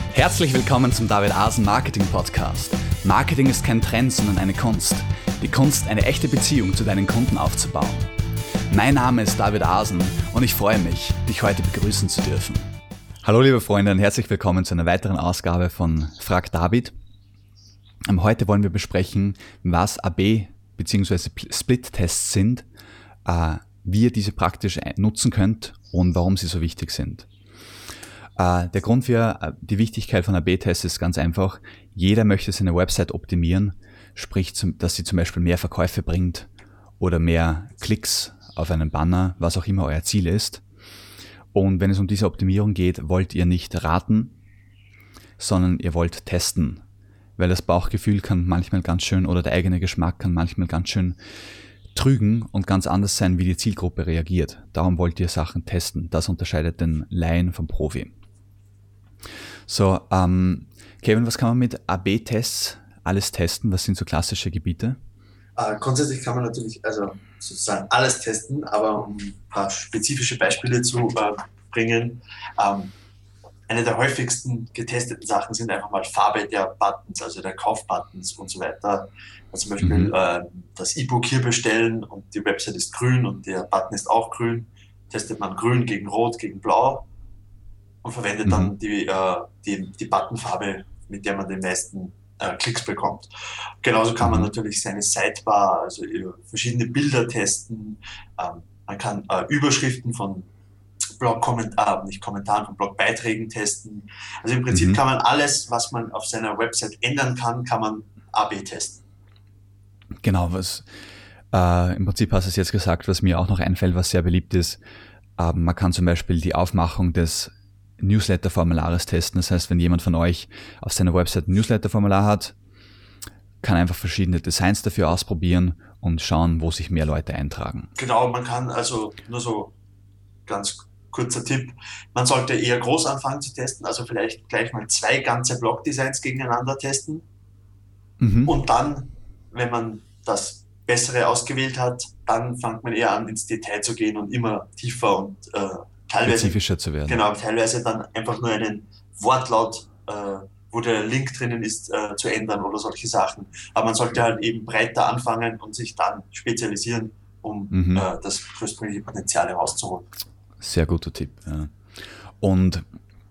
Herzlich willkommen zum David Asen Marketing Podcast. Marketing ist kein Trend, sondern eine Kunst. Die Kunst, eine echte Beziehung zu deinen Kunden aufzubauen. Mein Name ist David Asen und ich freue mich, dich heute begrüßen zu dürfen. Hallo liebe Freunde und herzlich willkommen zu einer weiteren Ausgabe von Frag David. Heute wollen wir besprechen, was AB bzw. Split-Tests sind, wie ihr diese praktisch nutzen könnt und warum sie so wichtig sind. Der Grund für die Wichtigkeit von AB-Tests ist ganz einfach. Jeder möchte seine Website optimieren, sprich, dass sie zum Beispiel mehr Verkäufe bringt oder mehr Klicks auf einen Banner, was auch immer euer Ziel ist. Und wenn es um diese Optimierung geht, wollt ihr nicht raten, sondern ihr wollt testen. Weil das Bauchgefühl kann manchmal ganz schön oder der eigene Geschmack kann manchmal ganz schön trügen und ganz anders sein, wie die Zielgruppe reagiert. Darum wollt ihr Sachen testen. Das unterscheidet den Laien vom Profi. So, Kevin, was kann man mit AB-Tests alles testen? Was sind so klassische Gebiete? Grundsätzlich kann man natürlich sozusagen alles testen, aber um ein paar spezifische Beispiele zu bringen, eine der häufigsten getesteten Sachen sind einfach mal Farbe der Buttons, also der Kaufbuttons und so weiter. Also zum Beispiel das E-Book hier bestellen und die Website ist grün und der Button ist auch grün. Testet man grün gegen rot gegen blau und verwendet dann die Buttonfarbe, mit der man den meisten Klicks bekommt. Genauso kann man natürlich seine Sidebar, also verschiedene Bilder testen. Man kann Überschriften von Kommentaren von Blogbeiträgen testen. Also im Prinzip kann man alles, was man auf seiner Website ändern kann man AB testen. Genau, im Prinzip hast du es jetzt gesagt, was mir auch noch einfällt, was sehr beliebt ist. Man kann zum Beispiel die Aufmachung des Newsletter-Formulares testen. Das heißt, wenn jemand von euch auf seiner Website ein Newsletter-Formular hat, kann einfach verschiedene Designs dafür ausprobieren und schauen, wo sich mehr Leute eintragen. Genau, man kann also nur so ganz kurzer Tipp, man sollte eher groß anfangen zu testen, also vielleicht gleich mal 2 ganze Blog-Designs gegeneinander testen und dann, wenn man das Bessere ausgewählt hat, dann fängt man eher an, ins Detail zu gehen und immer tiefer und teilweise spezifischer zu werden. Genau, teilweise dann einfach nur einen Wortlaut, wo der Link drinnen ist, zu ändern oder solche Sachen. Aber man sollte halt eben breiter anfangen und sich dann spezialisieren, um das größtmögliche Potenzial herauszuholen. Sehr guter Tipp. Ja. Und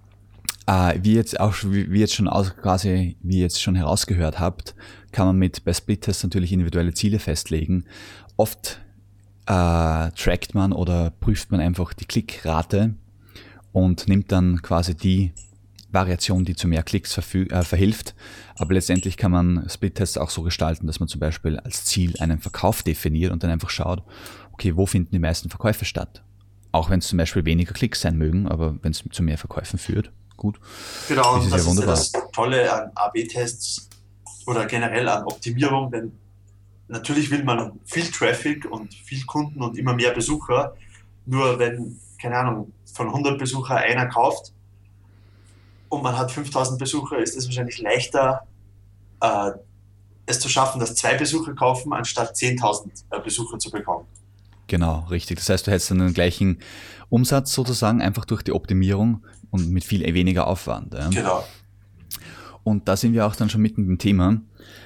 wie ihr jetzt schon herausgehört habt, kann man bei Split-Tests natürlich individuelle Ziele festlegen. Oft trackt man oder prüft man einfach die Klickrate und nimmt dann quasi die Variation, die zu mehr Klicks verhilft. Aber letztendlich kann man Split-Tests auch so gestalten, dass man zum Beispiel als Ziel einen Verkauf definiert und dann einfach schaut, okay, wo finden die meisten Verkäufe statt? Auch wenn es zum Beispiel weniger Klicks sein mögen, aber wenn es zu mehr Verkäufen führt, gut. Genau, und das ist ja das Tolle an AB-Tests oder generell an Optimierung, denn natürlich will man viel Traffic und viel Kunden und immer mehr Besucher, nur wenn, keine Ahnung, von 100 Besucher einer kauft und man hat 5000 Besucher, ist es wahrscheinlich leichter, es zu schaffen, dass 2 Besucher kaufen, anstatt 10.000 Besucher zu bekommen. Genau, richtig. Das heißt, du hättest dann den gleichen Umsatz sozusagen, einfach durch die Optimierung und mit viel weniger Aufwand. Ja. Genau. Und da sind wir auch dann schon mitten im Thema.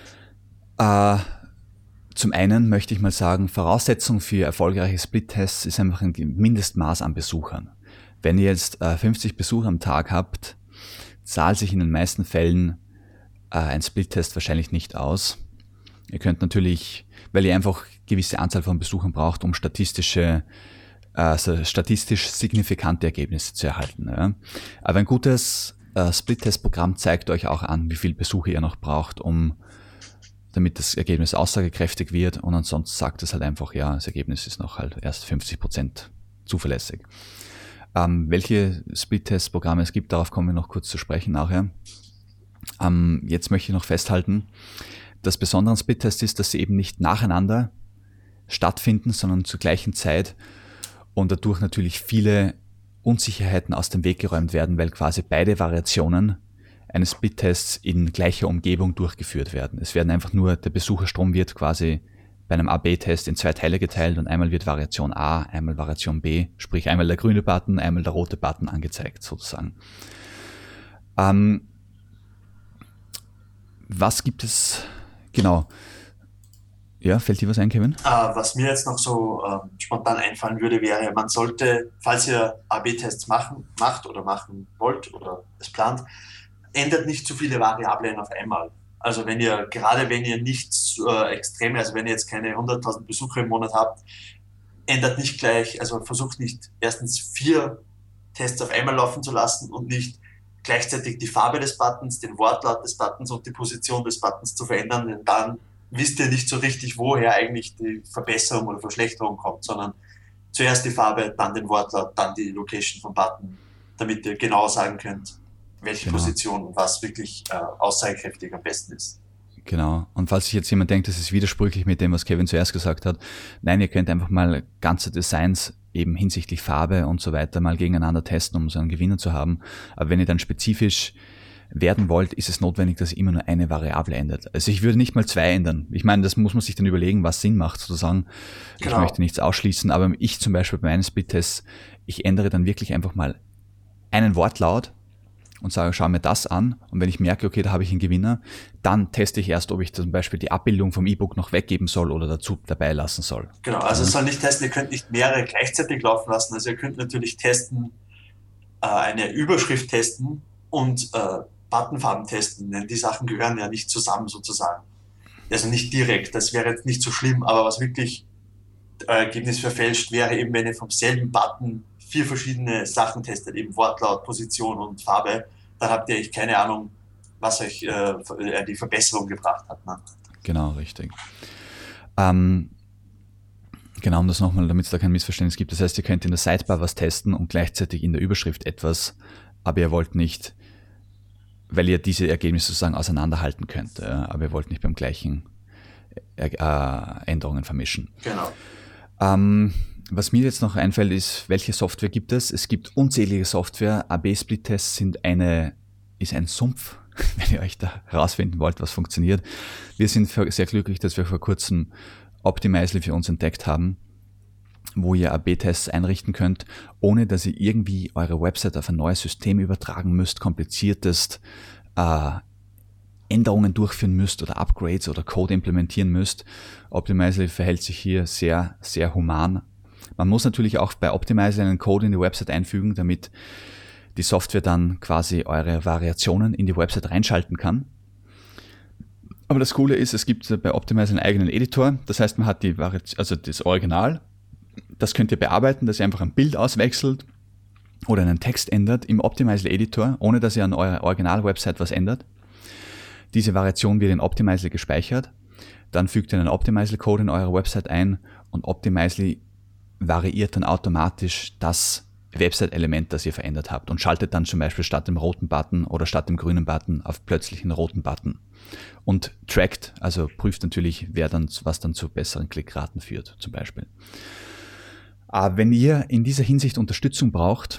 Zum einen möchte ich mal sagen, Voraussetzung für erfolgreiche Split-Tests ist einfach ein Mindestmaß an Besuchern. Wenn ihr jetzt 50 Besucher am Tag habt, zahlt sich in den meisten Fällen ein Split-Test wahrscheinlich nicht aus. Ihr könnt natürlich, weil ihr einfach gewisse Anzahl von Besuchern braucht, um statistisch signifikante Ergebnisse zu erhalten. Ja. Aber ein gutes Split-Test-Programm zeigt euch auch an, wie viele Besucher ihr noch braucht, damit das Ergebnis aussagekräftig wird, und ansonsten sagt es halt einfach, ja, das Ergebnis ist noch halt erst 50% zuverlässig. Welche Split-Test-Programme es gibt, darauf kommen wir noch kurz zu sprechen nachher. Jetzt möchte ich noch festhalten, das Besondere an Split-Tests ist, dass sie eben nicht nacheinander stattfinden, sondern zur gleichen Zeit und dadurch natürlich viele Unsicherheiten aus dem Weg geräumt werden, weil quasi beide Variationen eines Split-Tests in gleicher Umgebung durchgeführt werden. Es werden einfach nur, der Besucherstrom wird quasi bei einem AB-Test in 2 Teile geteilt und einmal wird Variation A, einmal Variation B, sprich einmal der grüne Button, einmal der rote Button angezeigt sozusagen. Was gibt es, genau, ja, fällt dir was ein, Kevin? Was mir jetzt noch so spontan einfallen würde, wäre, man sollte, falls ihr AB-Tests macht oder machen wollt oder es plant, ändert nicht zu viele Variablen auf einmal. Also gerade wenn ihr nichts Extreme, also wenn ihr jetzt keine 100.000 Besucher im Monat habt, ändert nicht gleich, also versucht nicht erstens 4 Tests auf einmal laufen zu lassen und nicht gleichzeitig die Farbe des Buttons, den Wortlaut des Buttons und die Position des Buttons zu verändern, denn dann wisst ihr nicht so richtig, woher eigentlich die Verbesserung oder Verschlechterung kommt, sondern zuerst die Farbe, dann den Wortlaut, dann die Location vom Button, damit ihr genau sagen könnt, welche Position und was wirklich aussagekräftig am besten ist. Genau. Und falls sich jetzt jemand denkt, das ist widersprüchlich mit dem, was Kevin zuerst gesagt hat, nein, ihr könnt einfach mal ganze Designs eben hinsichtlich Farbe und so weiter mal gegeneinander testen, um so einen Gewinner zu haben. Aber wenn ihr dann spezifisch werden wollt, ist es notwendig, dass ihr immer nur eine Variable ändert. Also ich würde nicht mal 2 ändern. Ich meine, das muss man sich dann überlegen, was Sinn macht sozusagen. Genau. Ich möchte nichts ausschließen, aber ich zum Beispiel bei meinen Split-Tests, ich ändere dann wirklich einfach mal einen Wortlaut und sage, schau mir das an, und wenn ich merke, okay, da habe ich einen Gewinner, dann teste ich erst, ob ich zum Beispiel die Abbildung vom E-Book noch weggeben soll oder dazu dabei lassen soll. Genau, also es soll nicht testen, ihr könnt nicht mehrere gleichzeitig laufen lassen, also ihr könnt natürlich testen, eine Überschrift testen und Buttonfarben testen, denn die Sachen gehören ja nicht zusammen sozusagen. Also nicht direkt, das wäre jetzt nicht so schlimm, aber was wirklich Ergebnis verfälscht, wäre eben, wenn ihr vom selben Button 4 verschiedene Sachen testet, eben Wortlaut, Position und Farbe, dann habt ihr echt keine Ahnung, was euch die Verbesserung gebracht hat. Ne? Genau, richtig. Genau, um das nochmal, damit es da kein Missverständnis gibt. Das heißt, ihr könnt in der Sidebar was testen und gleichzeitig in der Überschrift etwas, aber ihr wollt nicht, weil ihr diese Ergebnisse sozusagen auseinanderhalten könnt, aber ihr wollt nicht beim gleichen Änderungen vermischen. Genau. Was mir jetzt noch einfällt, ist, welche Software gibt es? Es gibt unzählige Software. AB-Split-Tests ist ein Sumpf, wenn ihr euch da herausfinden wollt, was funktioniert. Wir sind sehr glücklich, dass wir vor kurzem Optimizely für uns entdeckt haben, wo ihr AB-Tests einrichten könnt, ohne dass ihr irgendwie eure Website auf ein neues System übertragen müsst, kompliziertest Änderungen durchführen müsst oder Upgrades oder Code implementieren müsst. Optimizely verhält sich hier sehr, sehr human. Man muss natürlich auch bei Optimizely einen Code in die Website einfügen, damit die Software dann quasi eure Variationen in die Website reinschalten kann. Aber das Coole ist, es gibt bei Optimizely einen eigenen Editor. Das heißt, man hat das Original. Das könnt ihr bearbeiten, dass ihr einfach ein Bild auswechselt oder einen Text ändert im Optimizely Editor, ohne dass ihr an eurer Original-Website was ändert. Diese Variation wird in Optimizely gespeichert. Dann fügt ihr einen Optimizely-Code in eure Website ein und Optimizely variiert dann automatisch das Website-Element, das ihr verändert habt und schaltet dann zum Beispiel statt dem roten Button oder statt dem grünen Button auf plötzlich einen roten Button und trackt, also prüft natürlich, was dann zu besseren Klickraten führt zum Beispiel. Aber wenn ihr in dieser Hinsicht Unterstützung braucht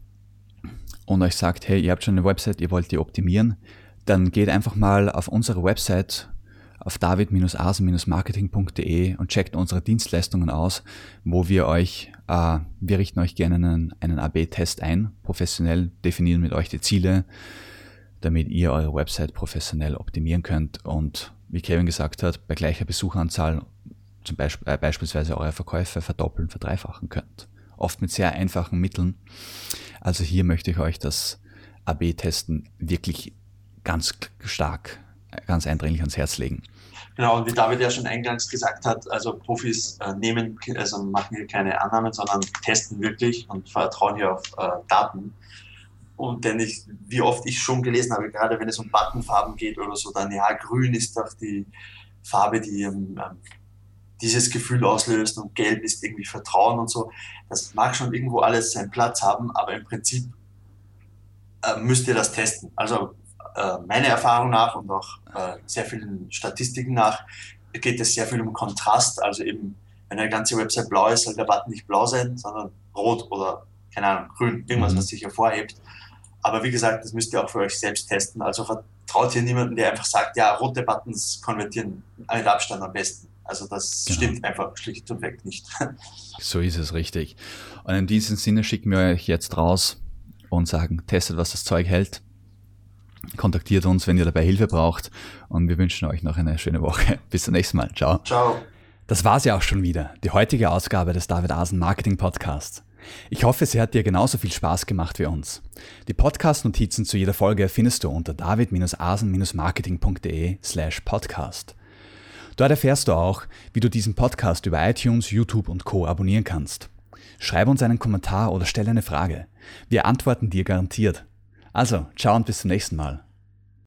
und euch sagt, hey, ihr habt schon eine Website, ihr wollt die optimieren, dann geht einfach mal auf unsere Website auf david-asen-marketing.de und checkt unsere Dienstleistungen aus, wo wir richten euch gerne einen AB-Test ein, professionell definieren mit euch die Ziele, damit ihr eure Website professionell optimieren könnt und, wie Kevin gesagt hat, bei gleicher Besucheranzahl zum Beispiel beispielsweise eure Verkäufe verdoppeln, verdreifachen könnt. Oft mit sehr einfachen Mitteln. Also hier möchte ich euch das AB-Testen wirklich ganz stark, ganz eindringlich ans Herz legen. Genau, und wie David ja schon eingangs gesagt hat, also Profis machen hier keine Annahmen, sondern testen wirklich und vertrauen hier auf Daten. Und wie oft ich schon gelesen habe, gerade wenn es um Buttonfarben geht oder so, dann ja, grün ist doch die Farbe, die dieses Gefühl auslöst und gelb ist irgendwie Vertrauen und so. Das mag schon irgendwo alles seinen Platz haben, aber im Prinzip müsst ihr das testen. Also meiner Erfahrung nach und auch sehr vielen Statistiken nach geht es sehr viel um Kontrast. Also eben, wenn eine ganze Website blau ist, soll der Button nicht blau sein, sondern rot oder, keine Ahnung, grün, irgendwas, was sich hervorhebt. Aber wie gesagt, das müsst ihr auch für euch selbst testen. Also vertraut hier niemanden, der einfach sagt, ja, rote Buttons konvertieren mit Abstand am besten. Also das stimmt einfach schlicht und weg nicht. So ist es, richtig. Und in diesem Sinne schicken wir euch jetzt raus und sagen, testet, was das Zeug hält. Kontaktiert uns, wenn ihr dabei Hilfe braucht und wir wünschen euch noch eine schöne Woche. Bis zum nächsten Mal. Ciao. Ciao. Das war's ja auch schon wieder, die heutige Ausgabe des David Asen Marketing Podcasts. Ich hoffe, sie hat dir genauso viel Spaß gemacht wie uns. Die Podcast-Notizen zu jeder Folge findest du unter david-asen-marketing.de/podcast. Dort erfährst du auch, wie du diesen Podcast über iTunes, YouTube und Co. abonnieren kannst. Schreib uns einen Kommentar oder stell eine Frage. Wir antworten dir garantiert. Also, ciao und bis zum nächsten Mal.